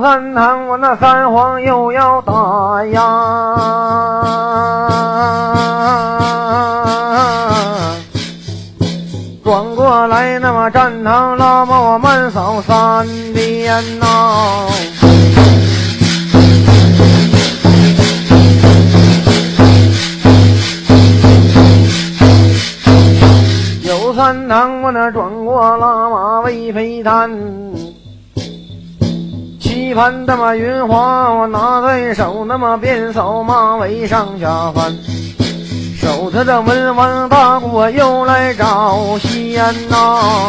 三堂我那三皇又要打呀，转过来那么战堂拉把我慢扫三遍呐。有三堂我那转过拉马为飞弹，棋盘那么云花我拿在手，那么便扫马尾上下翻，手持着文王大鼓我又来找仙呐。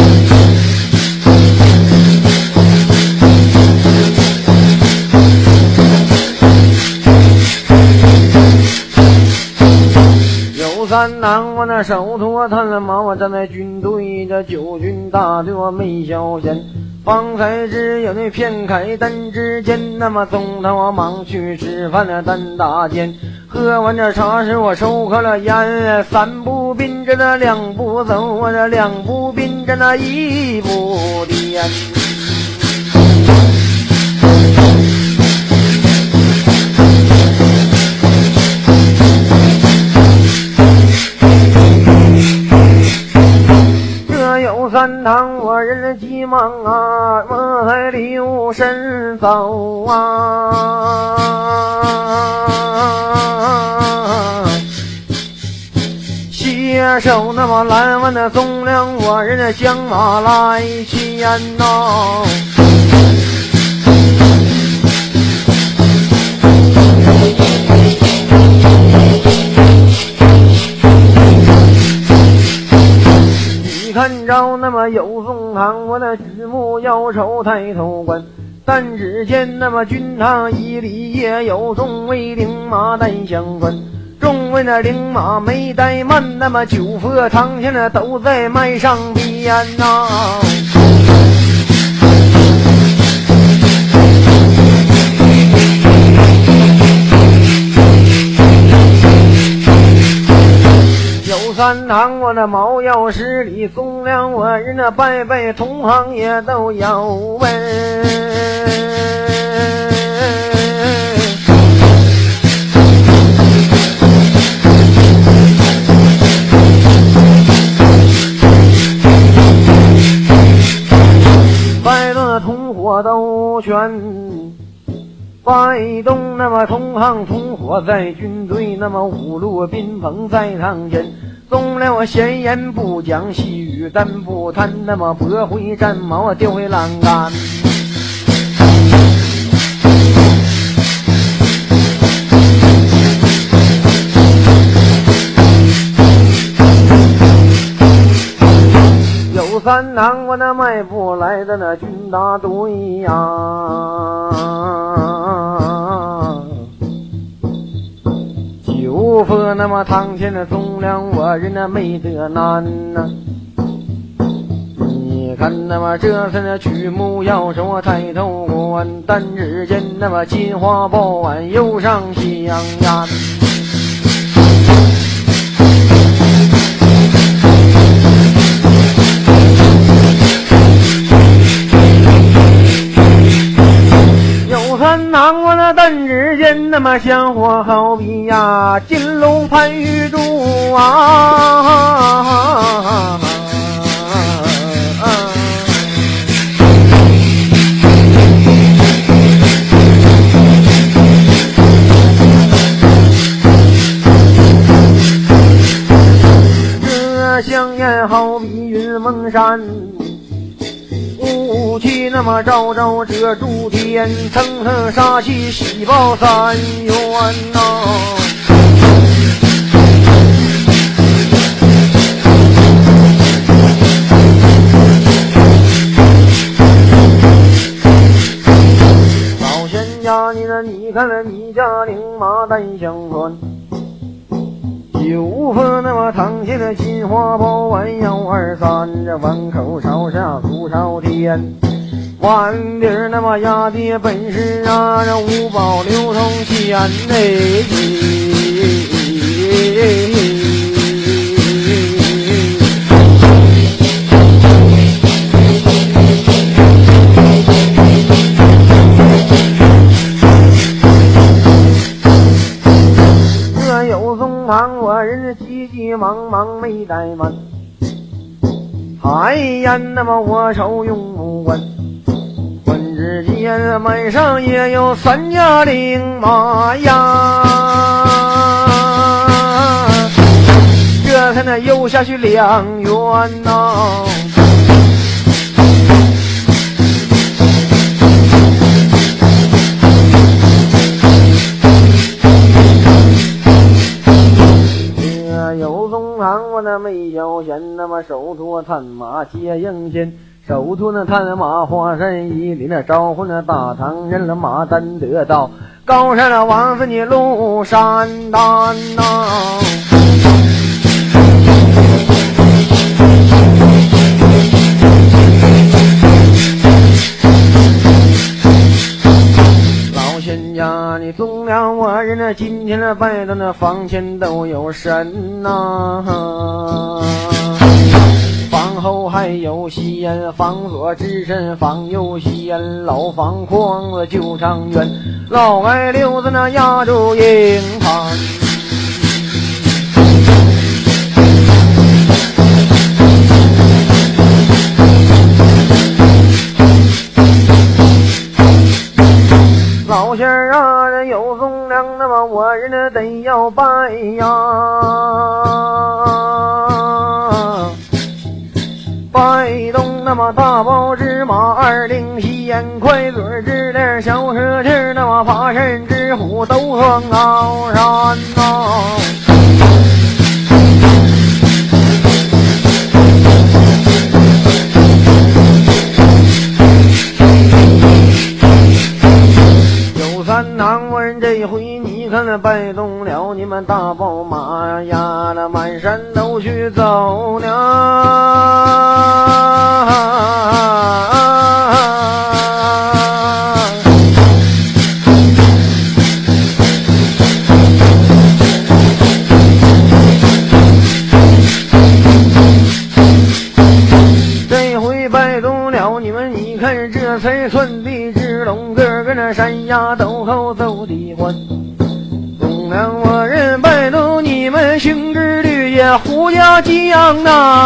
有三堂我那手托探马，我站在军队这九军大队我没消闲，方才只有那片开灯之间，那么总他我忙去吃饭了单大间，喝完这茶时我抽开了烟，三步并着那两步走，我这两步并着那一步颠。有三堂我人急忙啊，我才留神走啊，携手那么拦完的宗良我人将马来牵呐。看着那么有宋堂我的举目摇手抬头观，但只见那么军堂一里也有众位领马带相关，众位那领马没怠慢，那么九佛堂前的都在迈上边呐。三堂我的毛药十里，宗良我人那拜拜同行也都有问。拜了同伙都全，拜东那么同行同伙在军队，那么五路宾朋在堂前。宗良我闲言不讲，细语但不谈，那么驳回战矛丢回栏杆。有三堂我那迈步来的那军大队呀，九佛那么堂前的宗良我人那没得难呐。你看那么这是那举目摇手抬头观，但只见那么金花宝碗又上香烟。有三堂我那但只见那么香火好比呀金龙盘玉柱啊，这香烟好比云蒙山，雾气那么昭昭遮住天，层层杀气喜报三元呐。老仙家你呢？你看了你家领马带相传，九佛那么堂前的金花宝碗1、2、3，这碗口朝下足朝天，碗底那么压的本事啊，这五宝流通钱内。 茫茫没怠慢。海燕那么我手用不完，问之间门上也有3驾领马呀，这才能游下去2员呐。有宗堂我那没小贤，那么手托探马接应剑，手托那探马华山一里那招呼那大唐人了马丹得道，高山了王子你路山丹呐。仙家你宗了我人那今天的拜的那房前都有神呐，房后还有仙，房左之神房右仙，老房框子旧长院，老矮溜子那压住营盘。老仙儿啊，人有宗良，那么我人呢得要拜呀，拜动那么大包芝麻2领仙，快嘴之链小蛇劲，那么爬山之虎都横高山呐。三堂我人这回你看那拜动了你们大宝马呀，那满山都去走呢。这回拜动了你们，你看这才算地之龙，个个那山崖斗口走地欢。东梁我人拜动你们行之绿叶胡家将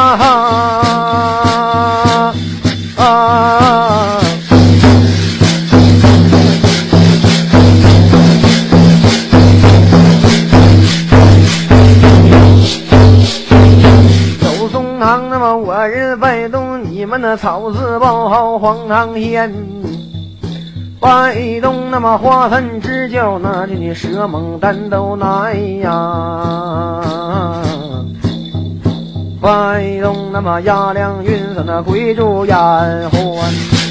有宗堂那么我人拜动你们那草字报号黄堂县，拜动那么花坛之教，那你蛇猛丹都来呀，拜动那么压梁云色那归住烟欢。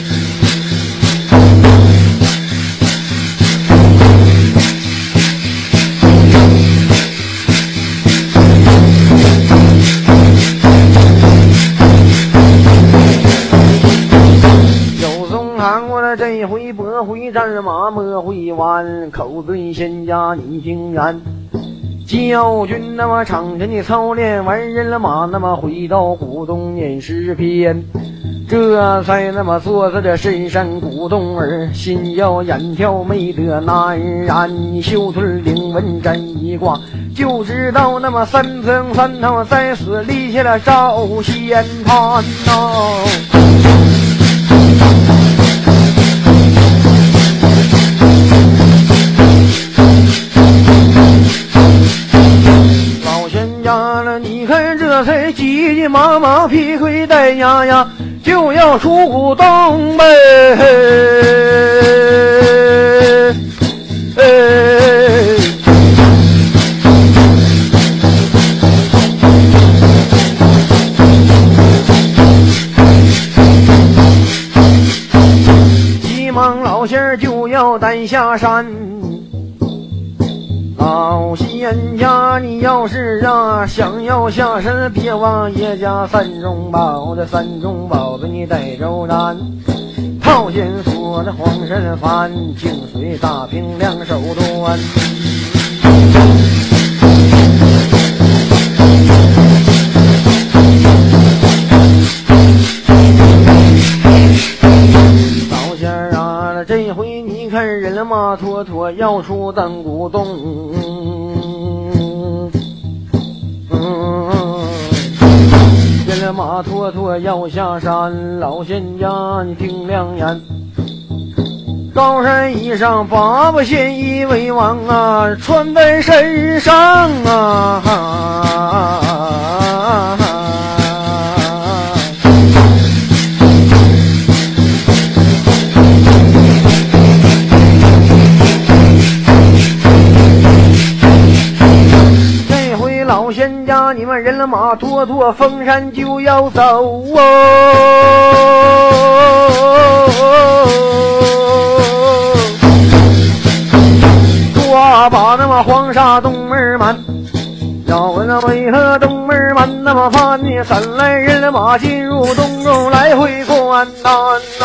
这一回驳回战马莫回完，口对仙家你听言，教军那么长城的操练完人了马，那么回到古洞念诗篇，这才那么坐在这深山古洞儿，心要眼跳没得难然，袖腿领文沾一挂，就知道那么3层3套在死立下了招仙盘老仙家了，你看这才急急忙忙劈盔带呀呀，就要出古洞呗。急忙老仙儿就要带下山，老仙家你要是想要下山，别忘爷家3种宝，这3种宝子你带着咱。套剑锁的黄山幡，净水大瓶2手端。老仙儿啊，这回你看人马妥妥要出丹古洞。 人马拖拖要下山，老仙家你听良言，高山以上八不献一为王啊，穿在身上啊。这回老仙家你们人马拖拖封山就要走哦。把那么黄沙东门满，要问那为何东门满那么怕你三来人马进入东中来回关难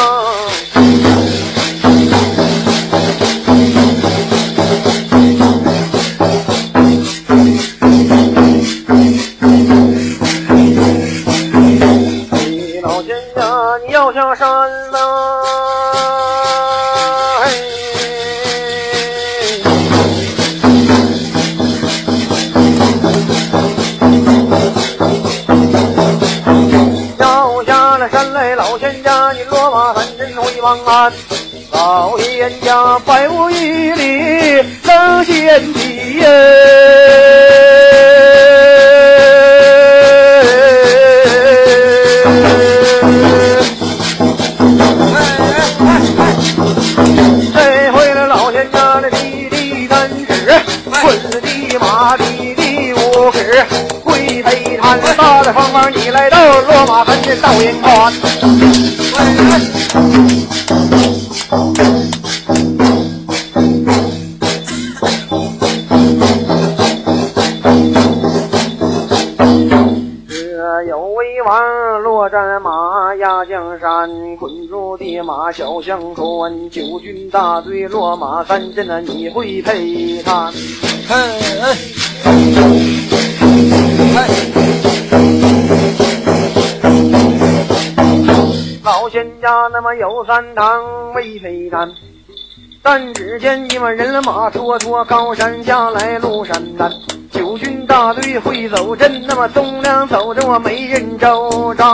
老仙家你要下山了，王安老仙家百无一里能见地耶，这回了老仙家的地地三尺，棍子地马地地五尺，跪背摊大大方方你来到落马三镇道营关。有为王落战马压江山，捆住的马小香川，九军大队落马三镇啊，你会配看？老仙家那么有三堂未配看，但只见你们人马拖拖高山下来路山难，九军大队会走阵，那么东梁走着我没人招战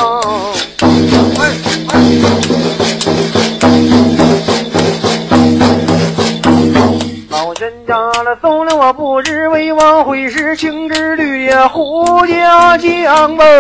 老仙家了走了我不知为王会是情之旅呀，胡家将吧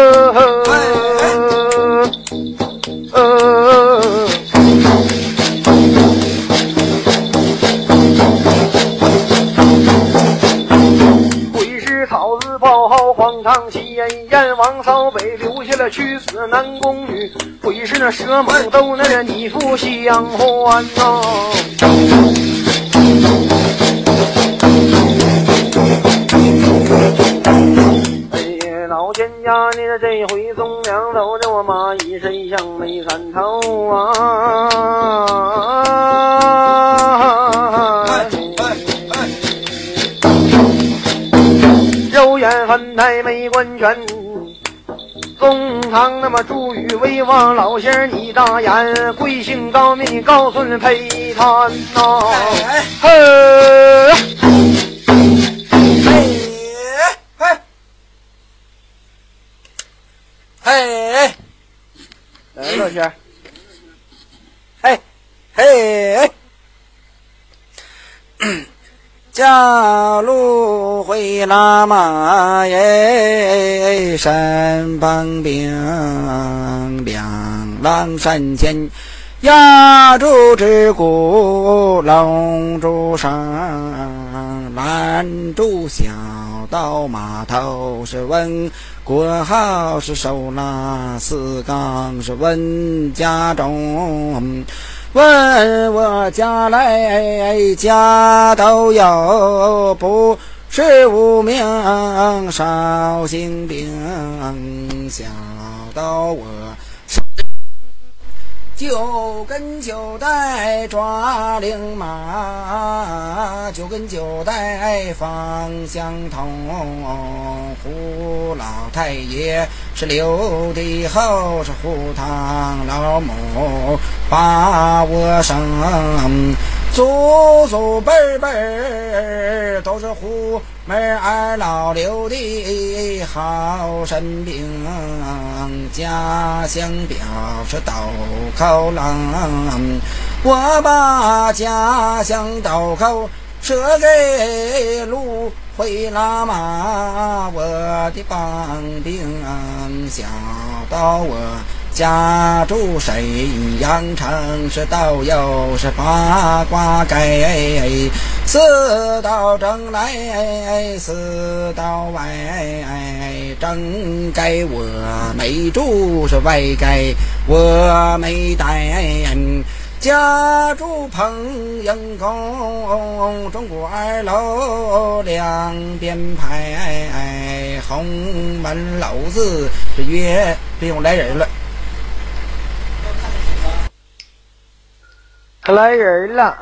会是草字报号荒唐气燕王扫北留下了屈死男宫女，会是那蛇猛斗那你父相还老仙家你的这回总两走着我马一身像没三头肉眼翻台没官权，宗堂那么祝宇威望老仙儿你大言，贵姓高明高孙配谈嘿， 来老仙儿， 嘿，家路回拉马耶，山旁边两狼山前，压住之鼓笼住上，拦住小到码头是问国号是手拉四杠是问家中，问我家来家都有，不是无名少姓兵，小到我九根九带抓领马，九根九带方向通，胡老太爷是留的后是胡唐老母把我生，祖祖辈辈都是胡妹儿老刘的好生病，家乡表是刀口郎，我把家乡刀口舍给芦荟喇嘛，我的帮兵小到我家住沈阳城，是道友是八卦该，四道正来四道外，正该我没住，是外该我没带，家住彭英宫，中国二楼两边排，红门楼子是约不用来人了， 来人了。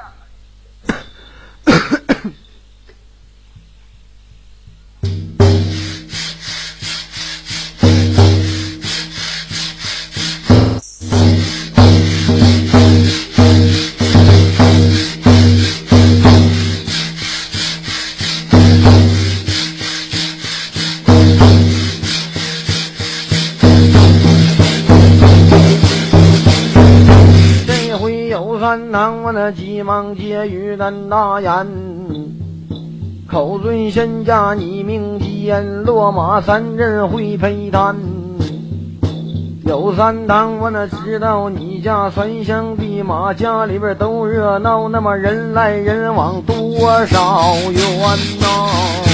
我那急忙接与咱大言，口尊仙家你命贱，落马三人会陪谈。有三堂我那知道你家酸香的马，家里边都热闹，那么人来人往多少冤呐。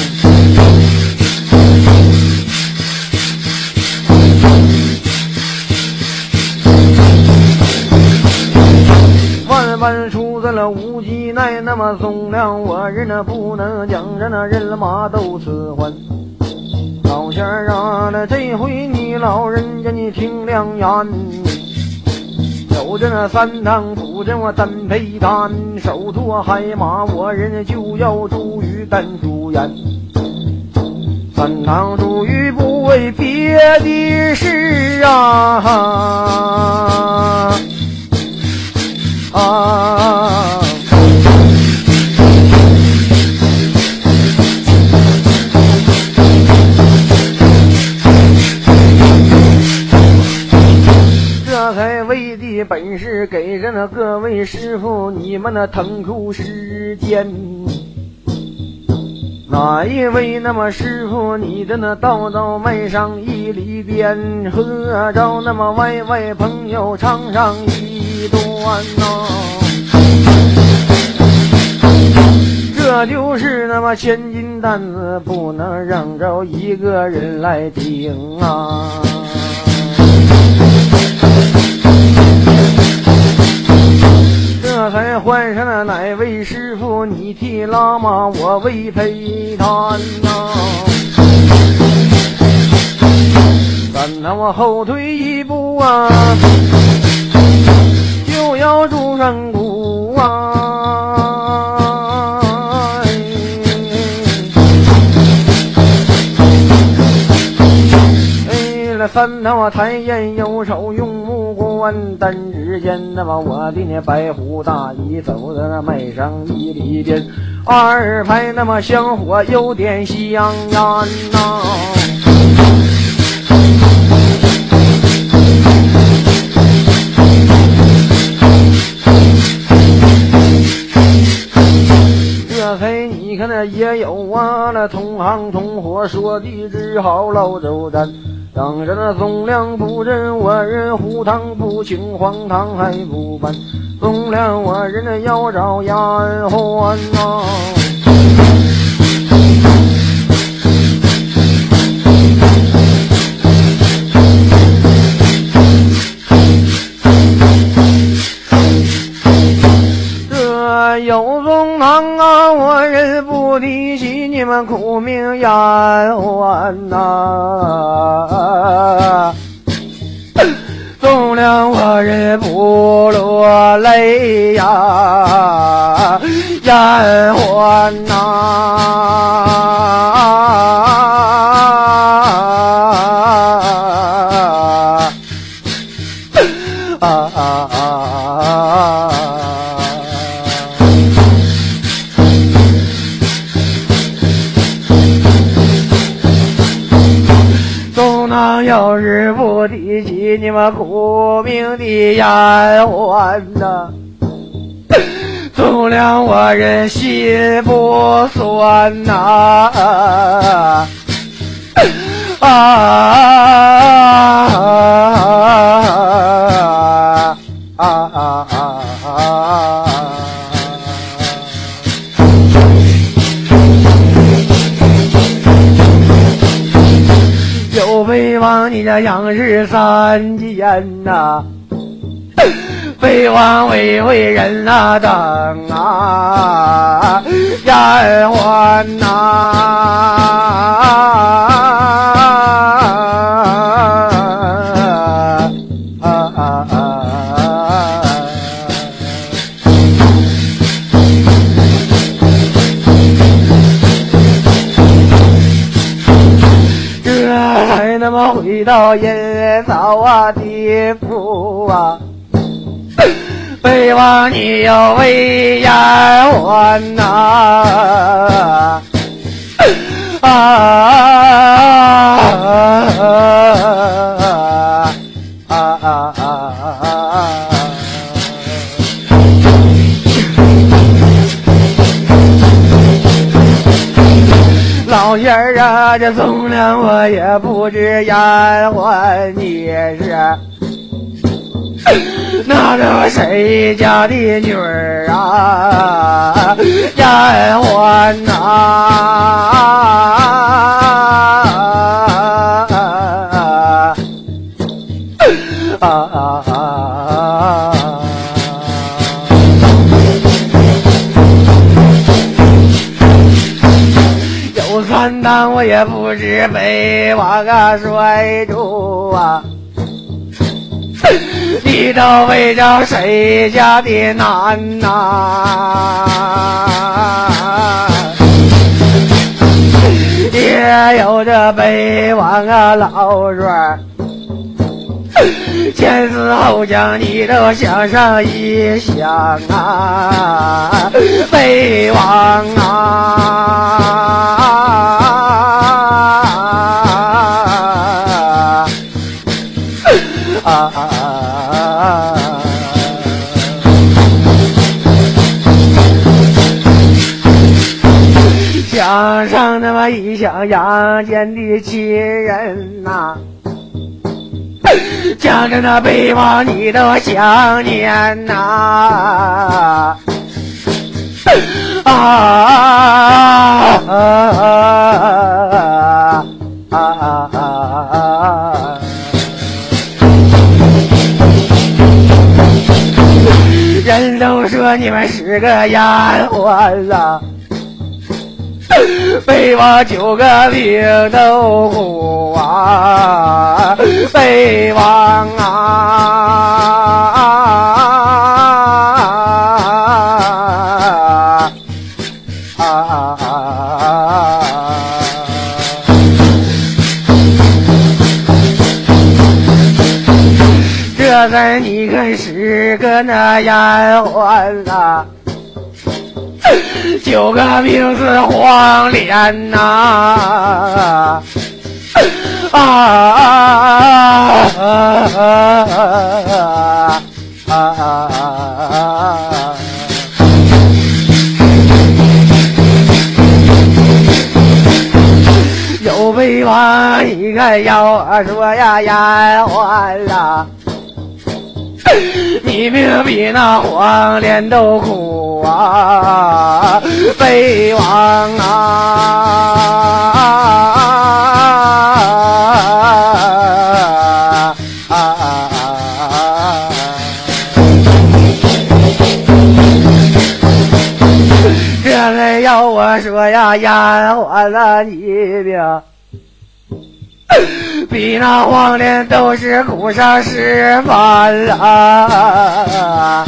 万般出在了无极内，那么总量我人那不能讲，着那人马都辞还。老仙儿啊，那这回你老人家你听良言，有着那三趟辅着我单陪单，手托海马我人就要注于单主言。三趟注于不为别的事啊这才为的本事给着那各位师傅你们那腾出时间。哪一位那么师傅你的那道道迈上一里边，合着那么外朋友唱上一段这就是那么千斤担子不能让着一个人来顶啊。这才换上了哪位师傅你替喇嘛我为陪谈但那我后退一步啊，就要住山谷那三道抬眼右手用目观，单指间那么我的那白虎大衣走在那迈上一里边，二排那么香火有点香烟呐。这才你看那也有啊，那同行同伙说的只好老周战。当着那总量不认我人胡汤不请黄汤还不办，总量我人那要找延欢呐。这有总堂啊，我人不提起你们苦命延欢呐。总量我人不落泪呀，延欢呐。 要是不提起你们苦命的丫鬟呐，总让我人心不酸呐！有北王你这杨氏三间呐，北王为会人啊等啊，丫鬟那么回到阴曹啊地府啊，北王你要为丫鬟呐老仙儿啊，这从来我也不知丫鬟你是那个谁家的女儿啊，丫鬟有三当我也不知北王啊摔住啊，你都为着谁家的男呐？也有这北王啊老帅，前思后想你都想上一想啊，北王想上那么一想阳间的亲人呐，讲着那北王你都想念呐人都说你们是个丫鬟了，北王9个病都苦啊，北王这才你可是个那丫鬟啦9个名字黄脸呐有北王一个要说呀丫鬟啦，你命比那黄脸都苦啊，北王这才要我说呀丫鬟了你命比那黄脸都是苦上10番了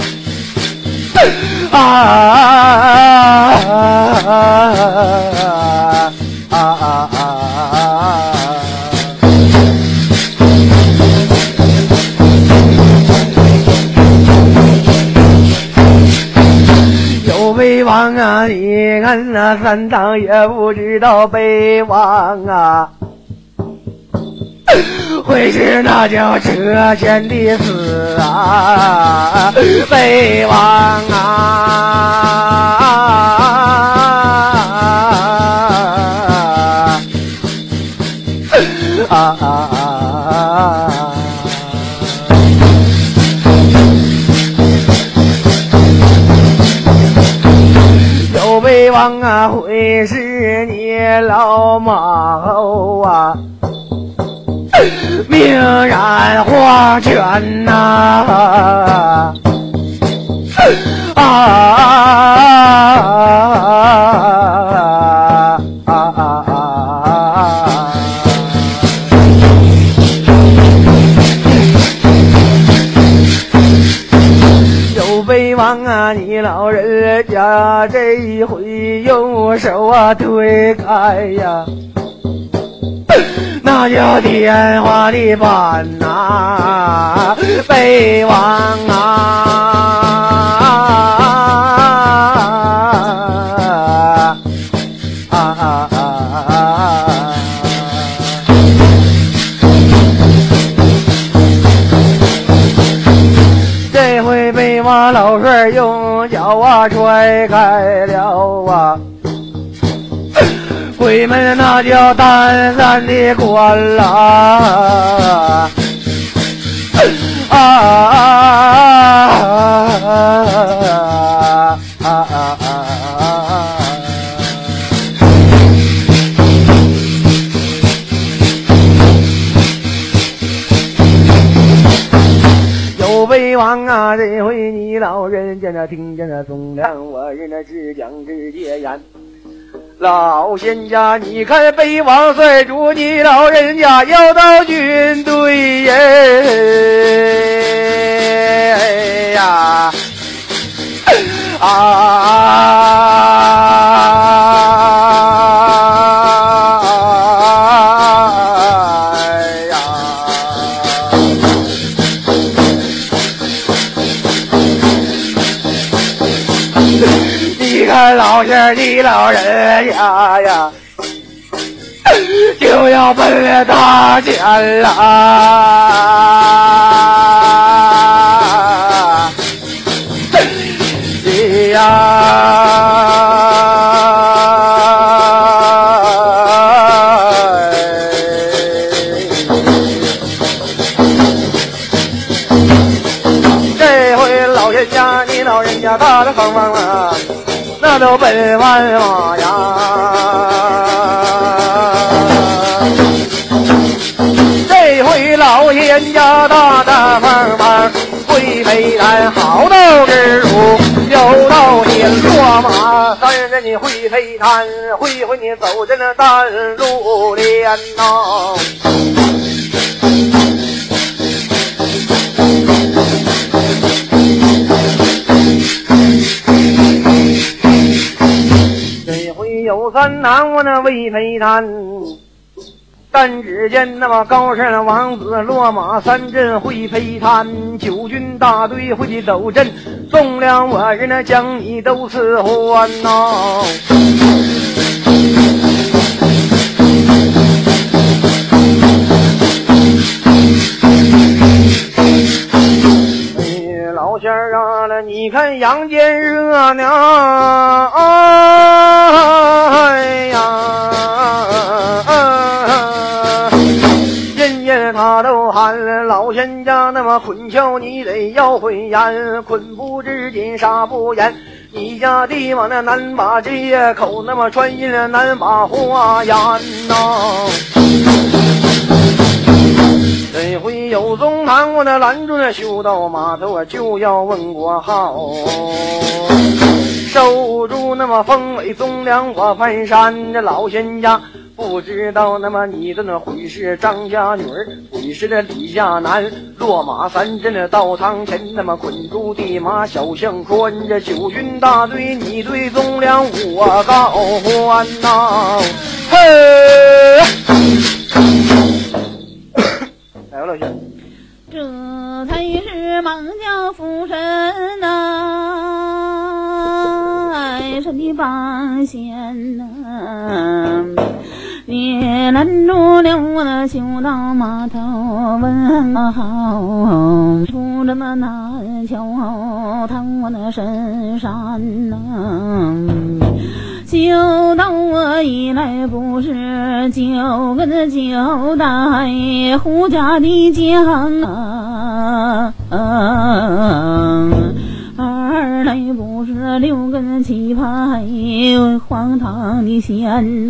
有北王啊，你看那3当也不知道北王啊会是那叫车前的死啊，北王啊！有北王啊，会是你老马后啊！明染黄泉呐！有北王啊，你老人家这一回用手啊推开呀！那叫电话的板呐，北王这回北王老帅用脚啊踹开了啊！鬼门那叫单三的关啦！有北王啊，这回你老人家那听见那忠良，我人那只讲直接言。老仙家，你看北王帅主，你老人家要到军队耶！哎呀，你看老仙你老人家呀，就要奔大前啦！你呀，这回老仙家你老人家大大方方啊，那都奔万马呀！这回老仙家大大方方，会飞单好到日如，又到你落马，三人你会飞单，会你走进那丹路连呐！有三男我那魏飞丹，但只见那么高山王子落马三阵会飞滩，九军大队会去斗阵，纵量我人那将你都伺欢呐！老仙儿啊，你看阳间热闹，哎呀，人人他都喊老仙家那么捆敲你得要会演，捆不知紧杀不严，你家地往那难把这口那么穿印难把花言呐！这回有宗堂我那拦住那修道码头啊，就要问国号，守住那么风尾宗梁我翻山的老仙家，不知道那么你的那会是张家女儿，会是这李家男，落马三阵的到堂前，那么捆住地马小象穿着九军大队，你对宗梁我高欢呐！嘿，来吧，老兄。 这才是艋舺夫人呐，爱神的八仙呐， 你拦住了我的修道码头，问好，扶着那南桥趟我的深山修道我一来不是9个9代胡家的将二来不是6个7派荒唐的仙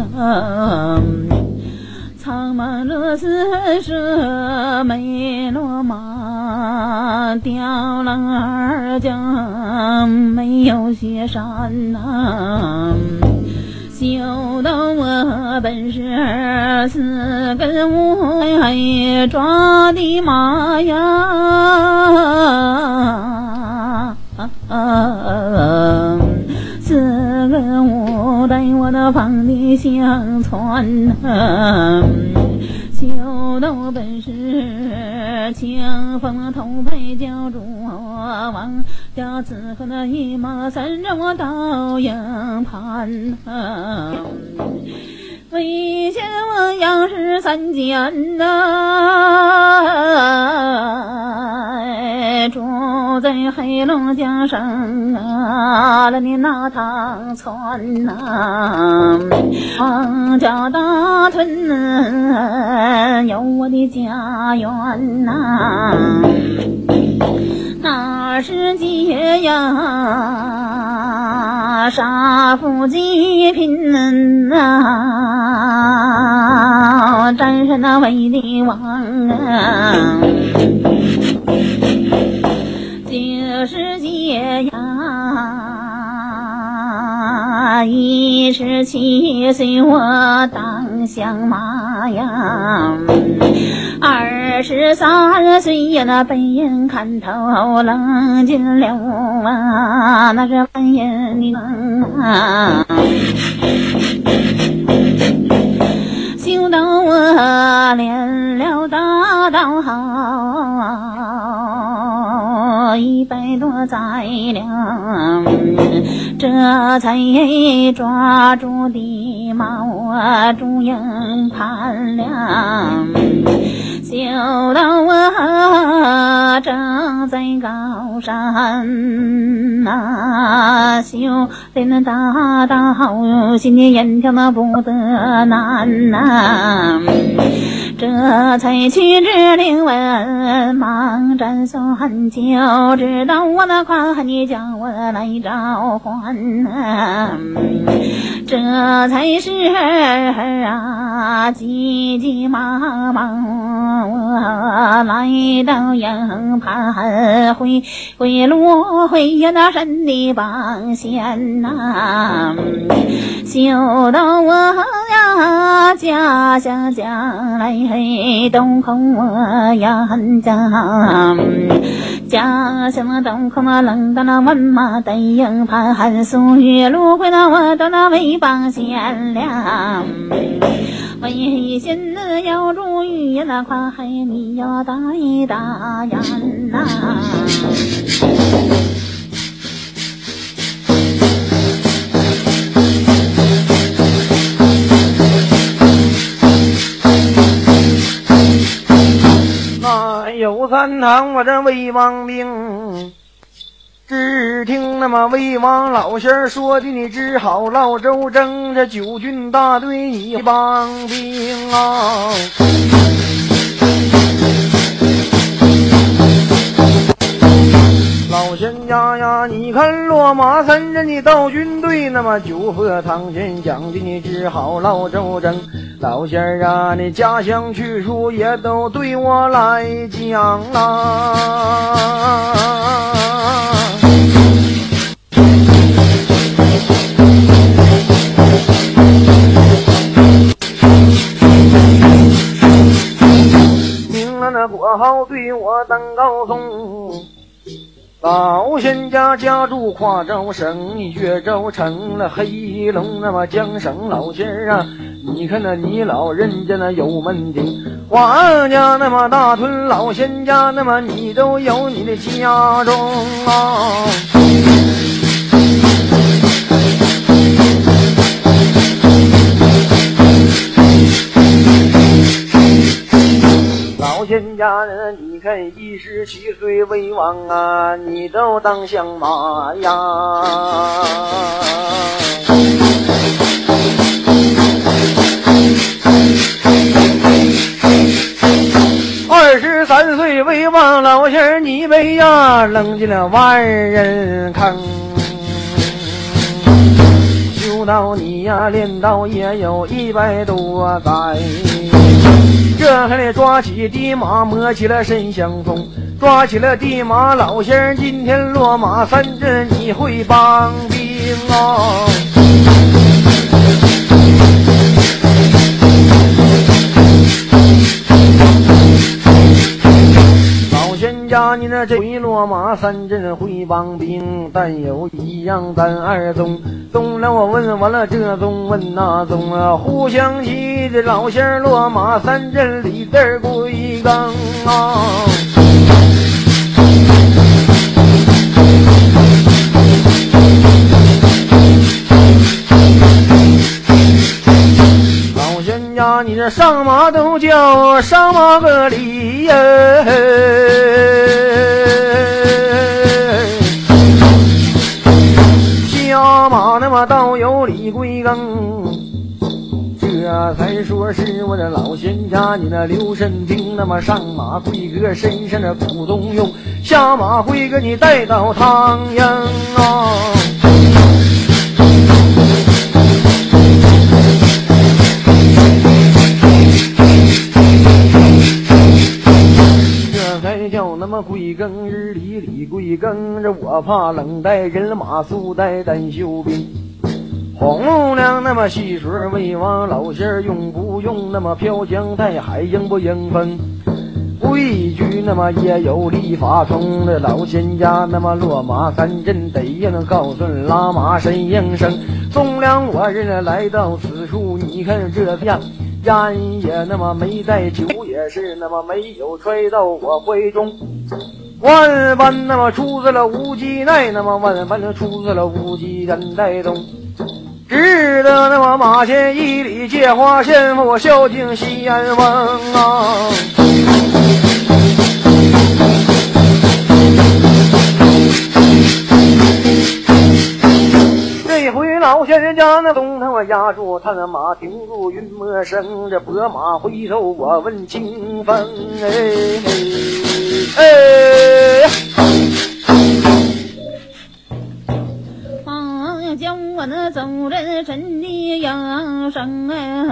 苍茫了四射梅罗马，雕栏二将没有雪山修到我本是4根5抓的马呀4根5带我的放的相传修到我本是枪锋头牌教主王家子和那一马3让我倒营盘为先我杨氏3间住在黑龙江省了你那趟船王家大屯有我的家园那是劫呀杀富济贫战胜那伪帝王就是劫呀17岁我当相马呀23岁呀那被人看透冷进了那是万人的修到我练了大道100多载了这才抓住的毛主营盘了修到我正在高山修在那大道心里眼跳那不得难这才去至灵文忙战算就知道我那款你叫我来召唤这才是急急忙忙我来到营盘回路回那山的帮线修到我呀家乡将来东空我呀家乡东空我冷到那万马的营盘苏月路回到我到那为帮线了为先要注意那块海你要大一大呀那有3堂我这魏王兵只听那么魏王老仙儿说的你治好老周正这9军大队一帮兵老仙家呀你看落马3人你到军队那么9和堂前讲的你治好老周正老仙儿啊你家乡去处也都对我来讲明了那国号对我当告送老仙家家住跨州省岳州成了黑龙那么江省老仙儿啊你看那你老人家那有门庭王家那么大屯老仙家那么你都有你的家中家人，你看17岁为王啊，你都当相马呀。23岁为王老仙儿，你被呀扔进了万人坑。修道你呀练道也有100多载，这还得抓起地马摸起了神相从，抓起了地马老仙儿，今天落马3阵你会帮兵哦。家你那这回落马3阵会帮兵，但有一样咱2宗，宗了我问完了这宗问那宗啊，互相骑的老仙儿落马3阵里边归更啊。老仙家你这上马都叫上马个礼呀，下马那么倒有礼归更，这才说是我的老仙家你那刘神平，那么上马会哥身上的古东用，下马会哥你带到汤阳啊。叫那么归更日里里归更，这我怕冷带人马速带单修兵，红木梁那么细水为王老仙儿用不用，那么飘江带海应不应风，规矩那么也有立法通的老仙家，那么落马3阵得应告诉拉马神应声，宗良我人来到此处，你看这样烟也那么没带，酒也是那么没有揣到我怀中，万般那么出自了无忌奈，那么万般的出自了无忌人带动，只得那么马前1里借花献我孝敬西安王啊。这回老仙人家那东他我压住他的马停住云墨声，这伯马回首我问清风， 叫我那走人真的养生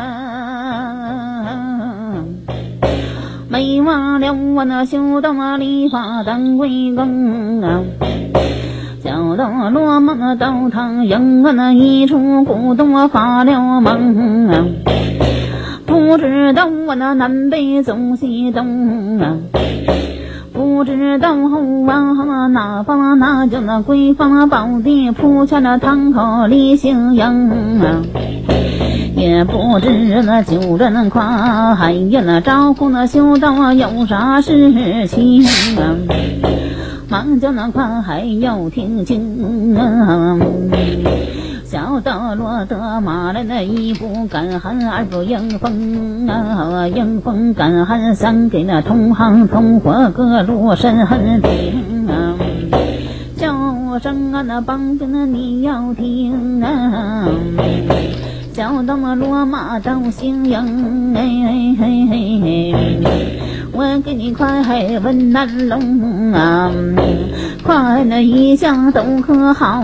没忘了我那修道立法当归更啊，叫到落马到汤阳啊，那一出古洞发了梦啊，不知道我那南北走西东啊，不知道后往哪方，那就那闺房宝地铺下了堂口里行营啊，也不知那9人夸还有那招呼那修道有啥事情啊，忙叫那夸还要听清啊，小道落得马来那1不敢喊2不迎风啊，迎风敢喊3给那同行同伙各路神恨听啊，叫声啊那帮兵啊你要听啊，叫到那落马招行营我给你快问南龙啊，快那一向都可好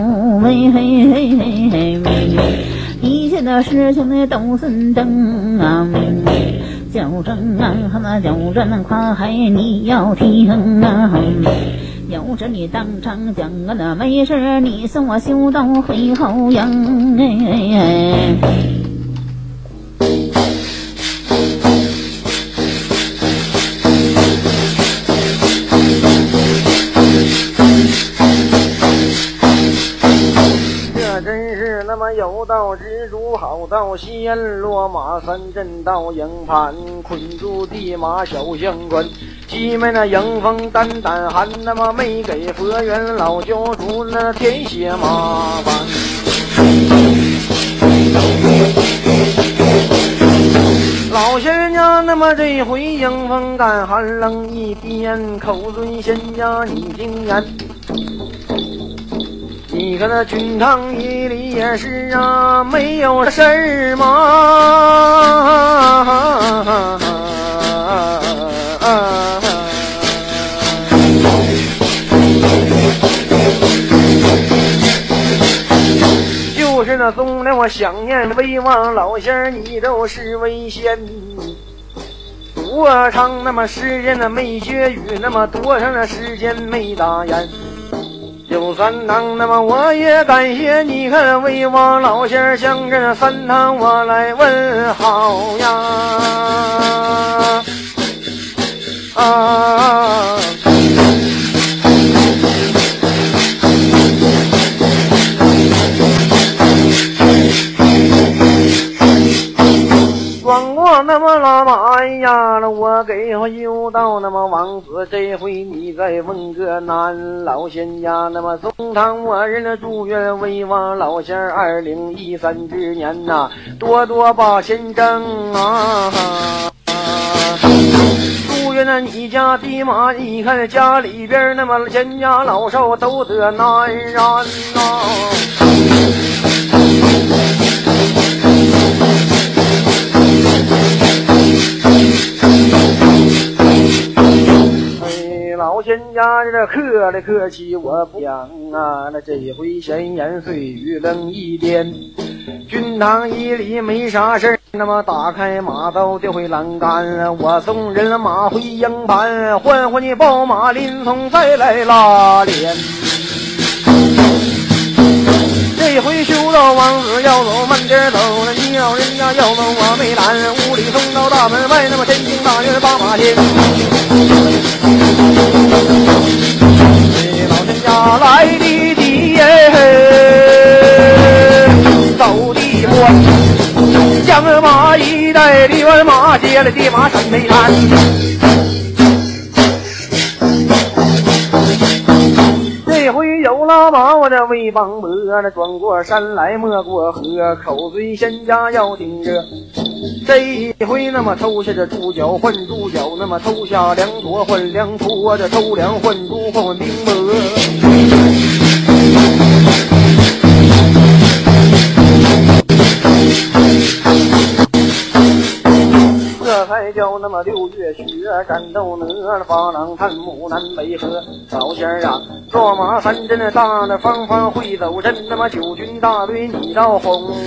一切的事情呢都是等啊，叫声啊那叫人快你要听啊，有这里当场讲啊那没事你送我修道回后营那么有道蜘蛛好到仙，落马3阵到营盘，捆住地马小相关，鸡们那迎风单单喊，那么没给佛缘老教主那填写麻烦。老仙人家那么这这回迎风干寒冷，一边口尊仙家你听言。你看那君堂一里也是啊，没有事儿吗？就是那宗良，我想念威望老仙儿，你都是为仙。多长那么时间的没学语，那么多长的时间没打眼。就算当那么我也感谢你看威望老仙儿，向着三堂我来问好呀啊！转过那么老马呀，我给又到那么王子，这回你再问个男老仙家，那么宗堂我人的祝愿威望老仙儿2013之年呐，多多把仙挣啊！祝愿那你家的马，你看家里边那么全家老少都得难然呐。老仙家这客来客气，我不讲啊。那这回闲言碎语冷一点，君堂一里没啥事儿，那么打开马刀就会栏杆，我送人马回营盘，换换你宝马林冲再来拉脸。这回修道王子要走慢点走，那你老人家要走我没拦，屋里送到大门外，那么真经大约8马前。老人家来的急耶，走地关，将马一带离完马接了地马山没山。这回有了马，我的威邦伯，那转过山来没过河，口嘴仙家要顶着。这一回那么抽下这猪脚换猪脚，那么抽下2坨换2坨，这抽2换猪换兵魔。这才叫那么6月雪，战斗哪发廊看木南北河。老仙儿啊，坐马3阵大的方方会走阵，那么9军大队你到红楼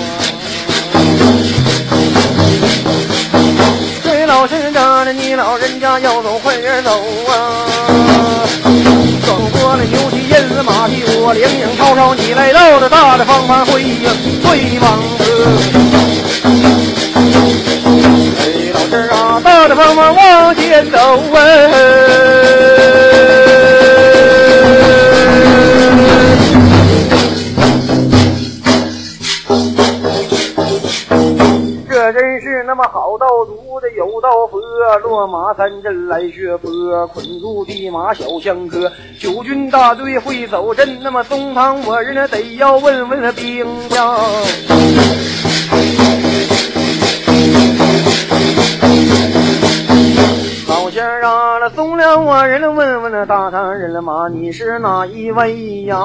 这老仙家的你老人家要走快点走啊！走过了牛蹄印子马蹄，我灵影超超你来到的大的方方会呀会往老师啊，大的方方往前走这真是那么好道族的有道佛，落马3阵来学佛，捆住地马小香客，9军大队会走阵，那么宗堂我人得要问问兵将。老仙儿啊，那宗良我人问问那大唐人了马，你是哪一位呀？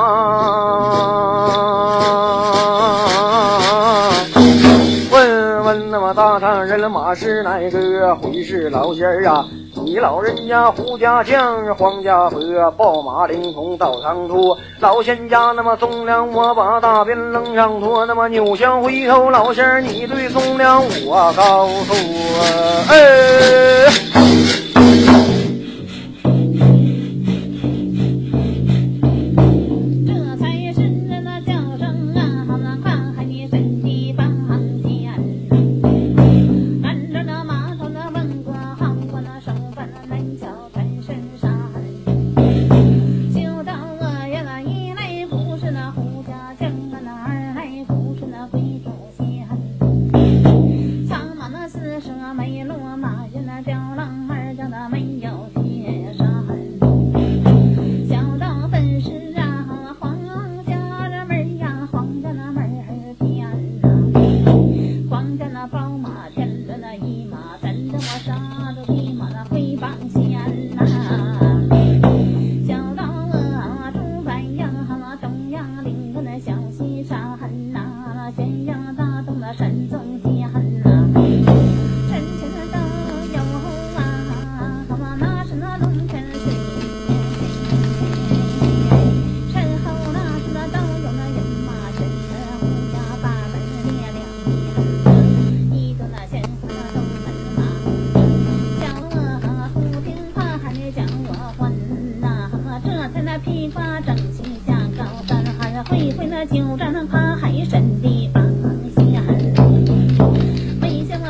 问问那么大唐人了马是哪个？会是老仙儿啊？你老人家胡家将黄家河，抱马灵通到长途，老仙家那么宗良我把大鞭扔上拖，那么扭向回头，老仙儿你对宗良我告诉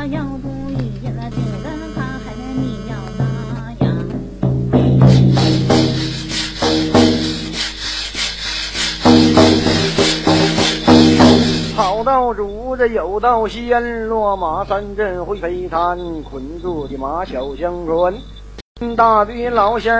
那要注意了，这人他还你要那样。 好道主这有道仙，落马三阵会飞滩，捆住的马小相传，大队老仙